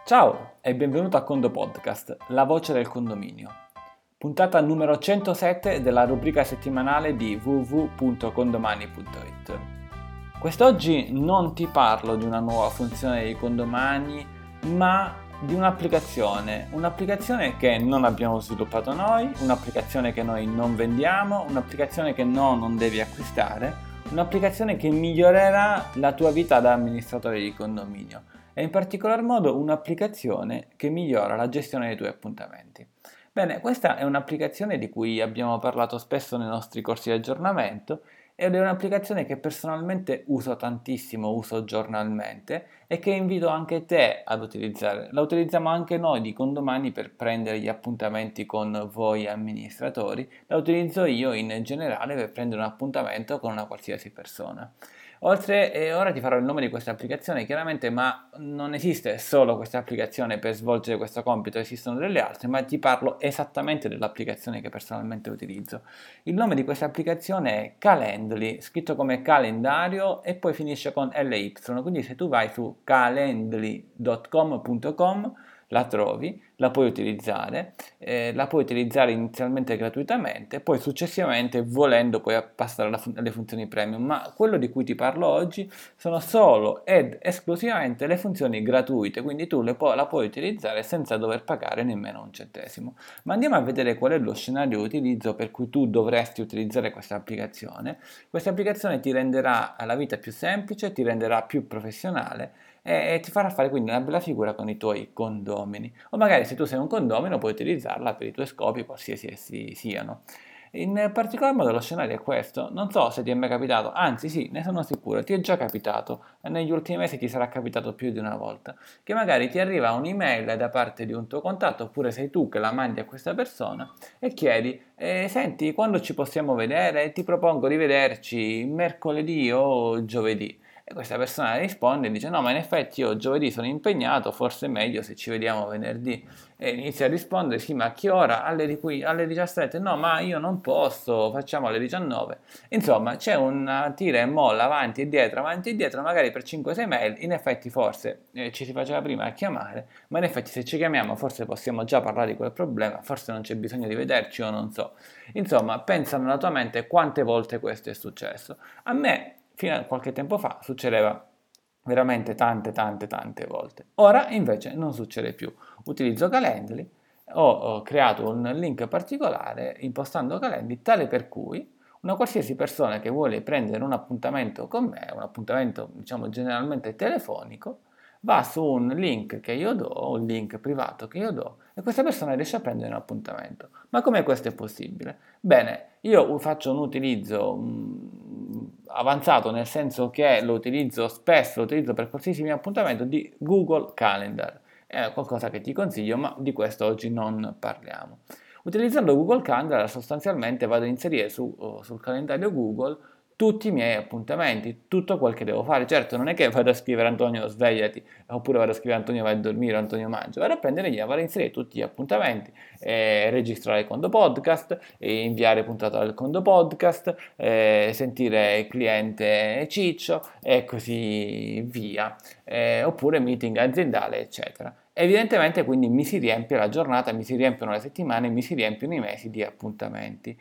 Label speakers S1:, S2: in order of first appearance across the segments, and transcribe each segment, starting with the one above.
S1: Ciao e benvenuto a Condo Podcast, la voce del condominio. Puntata numero 107 della rubrica settimanale di www.condomani.it. Quest'oggi non ti parlo di una nuova funzione di Condomani, ma di un'applicazione che non abbiamo sviluppato noi, un'applicazione che noi non vendiamo, un'applicazione che non devi acquistare, un'applicazione che migliorerà la tua vita da amministratore di condominio e in particolar modo un'applicazione che migliora la gestione dei tuoi appuntamenti. Bene, questa è un'applicazione di cui abbiamo parlato spesso nei nostri corsi di aggiornamento ed è un'applicazione che personalmente uso tantissimo, uso giornalmente e che invito anche te ad utilizzare. La utilizziamo anche noi di Condomani per prendere gli appuntamenti con voi amministratori, la utilizzo io in generale per prendere un appuntamento con una qualsiasi persona. Ora ti farò il nome di questa applicazione chiaramente, ma non esiste solo questa applicazione per svolgere questo compito, esistono delle altre, ma ti parlo esattamente dell'applicazione che personalmente utilizzo. Il nome di questa applicazione è Calendly, scritto come calendario e poi finisce con LY, quindi se tu vai su calendly.com.com la trovi, la puoi utilizzare inizialmente gratuitamente, poi successivamente volendo puoi passare alle funzioni premium, ma quello di cui ti parlo oggi sono solo ed esclusivamente le funzioni gratuite, quindi tu la puoi utilizzare senza dover pagare nemmeno un centesimo. Ma andiamo a vedere qual è lo scenario di utilizzo per cui tu dovresti utilizzare questa applicazione. Questa applicazione ti renderà la vita più semplice, ti renderà più professionale e ti farà fare quindi una bella figura con i tuoi condomini. O magari se tu sei un condomino puoi utilizzarla per i tuoi scopi, qualsiasi essi siano. In particolar modo lo scenario è questo, non so se ti è mai capitato, anzi sì, ne sono sicuro, ti è già capitato, negli ultimi mesi ti sarà capitato più di una volta, che magari ti arriva un'email da parte di un tuo contatto, oppure sei tu che la mandi a questa persona e chiedi, senti, quando ci possiamo vedere? Ti propongo di vederci mercoledì o giovedì. E questa persona risponde e dice no, ma in effetti io giovedì sono impegnato, forse è meglio se ci vediamo venerdì. E inizia a rispondere sì, ma a che ora? Alle 17? No, ma io non posso, facciamo alle 19. Insomma, c'è una tira e molla avanti e dietro, magari per 5-6 mail, in effetti forse ci si faceva prima a chiamare, ma in effetti se ci chiamiamo forse possiamo già parlare di quel problema, forse non c'è bisogno di vederci o non so. Insomma, pensa nella tua mente quante volte questo è successo. A me fino a qualche tempo fa succedeva veramente tante volte. Ora invece non succede più. Utilizzo Calendly, ho creato un link particolare impostando Calendly tale per cui una qualsiasi persona che vuole prendere un appuntamento con me, un appuntamento diciamo generalmente telefonico, va su un link che io do, un link privato che io do, e questa persona riesce a prendere un appuntamento. Ma come questo è possibile? Bene, io faccio un utilizzo avanzato, nel senso che lo utilizzo spesso, lo utilizzo per qualsiasi mio appuntamento, di Google Calendar. È qualcosa che ti consiglio, ma di questo oggi non parliamo. Utilizzando Google Calendar sostanzialmente vado a inserire sul calendario Google tutti i miei appuntamenti, tutto quel che devo fare. Certo, non è che vado a scrivere Antonio svegliati, oppure vado a scrivere Antonio vai a dormire, Antonio mangia, vado a prendere via, vado a inserire tutti gli appuntamenti, registrare il Condo Podcast, inviare puntata del Condo Podcast, sentire il cliente Ciccio e così via, oppure meeting aziendale, eccetera. Evidentemente quindi mi si riempie la giornata, mi si riempiono le settimane, mi si riempiono i mesi di appuntamenti.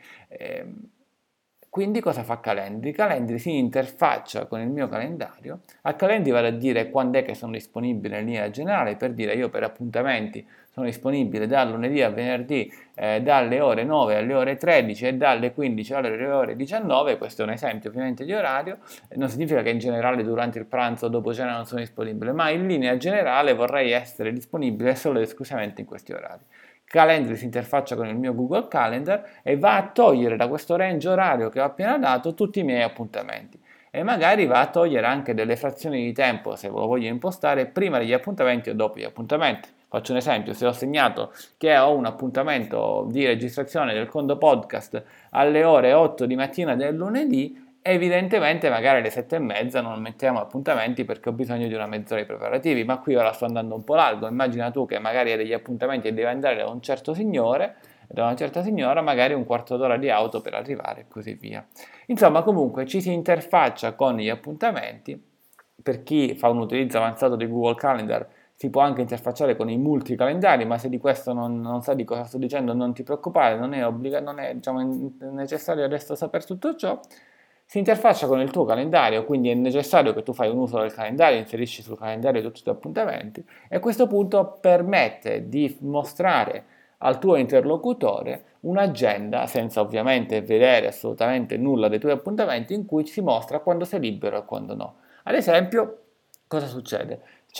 S1: Quindi cosa fa Calendly? Calendly si interfaccia con il mio calendario. A Calendly vado a dire quando è che sono disponibile in linea generale, per dire io per appuntamenti sono disponibile dal lunedì a venerdì dalle ore 9 alle ore 13 e dalle 15 alle ore 19, questo è un esempio ovviamente di orario, non significa che in generale durante il pranzo o dopo cena non sono disponibile, ma in linea generale vorrei essere disponibile solo ed esclusivamente in questi orari. Calendly si interfaccia con il mio Google Calendar e va a togliere da questo range orario che ho appena dato tutti i miei appuntamenti e magari va a togliere anche delle frazioni di tempo se lo voglio impostare prima degli appuntamenti o dopo gli appuntamenti. Faccio un esempio, se ho segnato che ho un appuntamento di registrazione del Condo Podcast alle ore 8 di mattina del lunedì, evidentemente magari alle 7:30 non mettiamo appuntamenti perché ho bisogno di una mezz'ora di preparativi, ma qui ora sto andando un po' largo. Immagina tu che magari hai degli appuntamenti e devi andare da un certo signore, da una certa signora, magari un quarto d'ora di auto per arrivare e così via. Insomma, comunque ci si interfaccia con gli appuntamenti. Per chi fa un utilizzo avanzato di Google Calendar si può anche interfacciare con i multicalendari, ma se di questo non sai di cosa sto dicendo non ti preoccupare, non è diciamo, necessario adesso sapere tutto ciò. Si interfaccia con il tuo calendario, quindi è necessario che tu fai un uso del calendario, inserisci sul calendario tutti i tuoi appuntamenti e a questo punto permette di mostrare al tuo interlocutore un'agenda senza ovviamente vedere assolutamente nulla dei tuoi appuntamenti in cui si mostra quando sei libero e quando no. Ad esempio, cosa succede?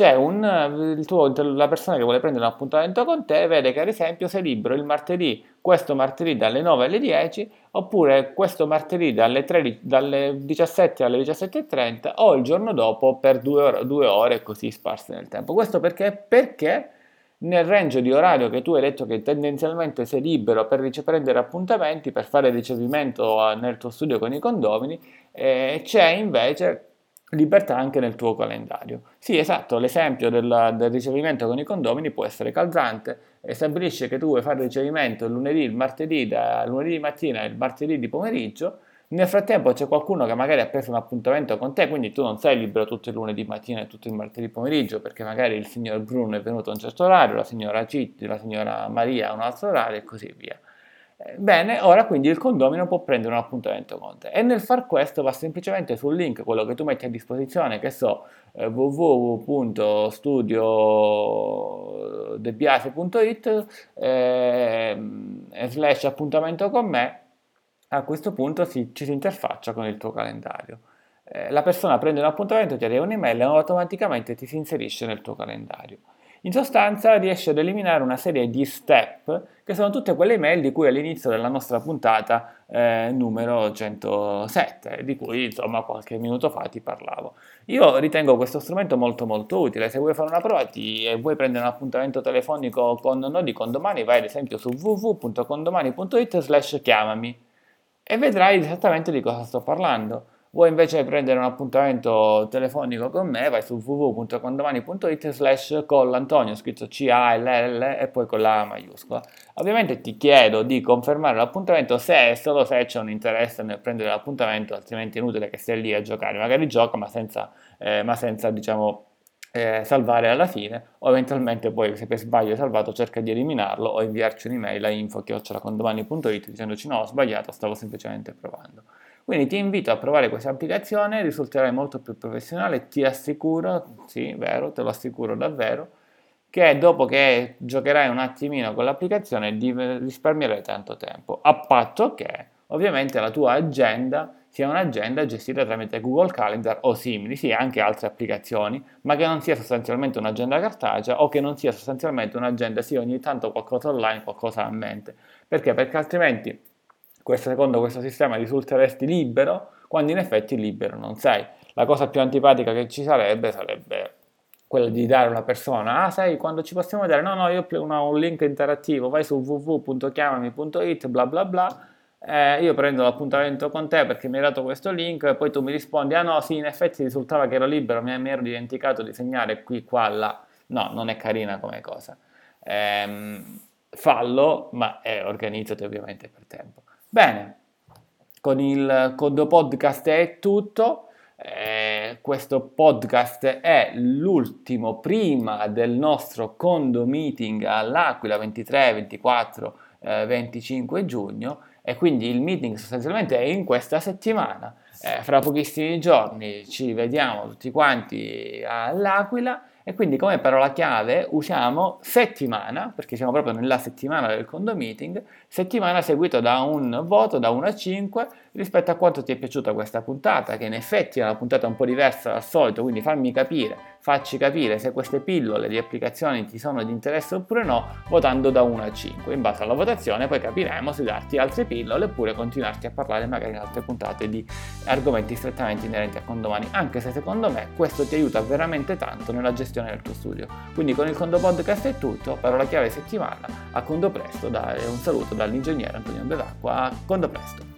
S1: La persona che vuole prendere un appuntamento con te vede che ad esempio sei libero il martedì, questo martedì dalle 9 alle 10, oppure questo martedì dalle 17 alle 17:30 o il giorno dopo per 2 ore così sparse nel tempo. Questo perché? Perché nel range di orario che tu hai detto che tendenzialmente sei libero per prendere appuntamenti, per fare ricevimento nel tuo studio con i condomini, c'è invece libertà anche nel tuo calendario. Sì, esatto, l'esempio del ricevimento con i condomini può essere calzante e stabilisce che tu vuoi fare il ricevimento il lunedì, il martedì, da lunedì mattina e il martedì di pomeriggio. Nel frattempo c'è qualcuno che magari ha preso un appuntamento con te, quindi tu non sei libero tutto il lunedì mattina e tutto il martedì pomeriggio, perché magari il signor Bruno è venuto a un certo orario, la signora Citti, la signora Maria a un altro orario e così via. Bene, ora quindi il condomino può prendere un appuntamento con te e nel far questo va semplicemente sul link, quello che tu metti a disposizione, che so, www.studiodebiase.it / appuntamento con me. A questo punto ci si interfaccia con il tuo calendario. La persona prende un appuntamento, ti arriva un'email e automaticamente ti si inserisce nel tuo calendario. In sostanza riesce ad eliminare una serie di step che sono tutte quelle email di cui all'inizio della nostra puntata numero 107, di cui insomma qualche minuto fa ti parlavo. Io ritengo questo strumento molto molto utile. Se vuoi fare una prova e vuoi prendere un appuntamento telefonico con Nodi Condomani, vai ad esempio su www.condomani.it/chiamami e vedrai esattamente di cosa sto parlando. Vuoi invece prendere un appuntamento telefonico con me, vai su www.condomani.it/collantonio, scritto CALL e poi con la A maiuscola. Ovviamente ti chiedo di confermare l'appuntamento se e solo se c'è un interesse nel prendere l'appuntamento, altrimenti è inutile che stai lì a giocare. Magari gioca ma senza diciamo, salvare alla fine, o eventualmente poi se per sbaglio hai salvato cerca di eliminarlo o inviarci un'email a info@condomani.it dicendoci no, ho sbagliato, stavo semplicemente provando. Quindi ti invito a provare questa applicazione, risulterai molto più professionale, ti assicuro, sì, vero, te lo assicuro davvero, che dopo che giocherai un attimino con l'applicazione risparmierai tanto tempo, a patto che ovviamente la tua agenda sia un'agenda gestita tramite Google Calendar o simili, sì, anche altre applicazioni, ma che non sia sostanzialmente un'agenda cartacea o che non sia sostanzialmente un'agenda, sì, ogni tanto qualcosa online, qualcosa a mente. Perché? Perché altrimenti secondo questo sistema risulteresti libero quando in effetti libero non sei. La cosa più antipatica che ci sarebbe quella di dare a una persona, ah sai, quando ci possiamo dare, no, io ho un link interattivo, vai su www.chiamami.it, bla bla bla, io prendo l'appuntamento con te perché mi hai dato questo link e poi tu mi rispondi, ah no, sì, in effetti risultava che ero libero, mi ero dimenticato di segnare qui, qua, là. No, non è carina come cosa. Fallo, ma organizzati ovviamente per tempo. Bene, con il Codo Podcast è tutto. Questo podcast è l'ultimo prima del nostro Condo Meeting all'Aquila 23, 24, 25 giugno e quindi il meeting sostanzialmente è in questa settimana. Fra pochissimi giorni ci vediamo tutti quanti all'Aquila e quindi come parola chiave usiamo settimana, perché siamo proprio nella settimana del Condo Meeting, settimana seguito da un voto da 1 a 5 rispetto a quanto ti è piaciuta questa puntata, che in effetti è una puntata un po' diversa dal solito, quindi facci capire se queste pillole di applicazioni ti sono di interesse oppure no, votando da 1 a 5. In base alla votazione poi capiremo se darti altre pillole oppure continuarti a parlare magari in altre puntate di argomenti strettamente inerenti a condomani, anche se secondo me questo ti aiuta veramente tanto nella gestione del tuo studio. Quindi con il Condo Podcast è tutto, parola chiave settimana, a Condo Presto, un saluto dall'ingegnere Antonio Bevacqua, a Condo Presto.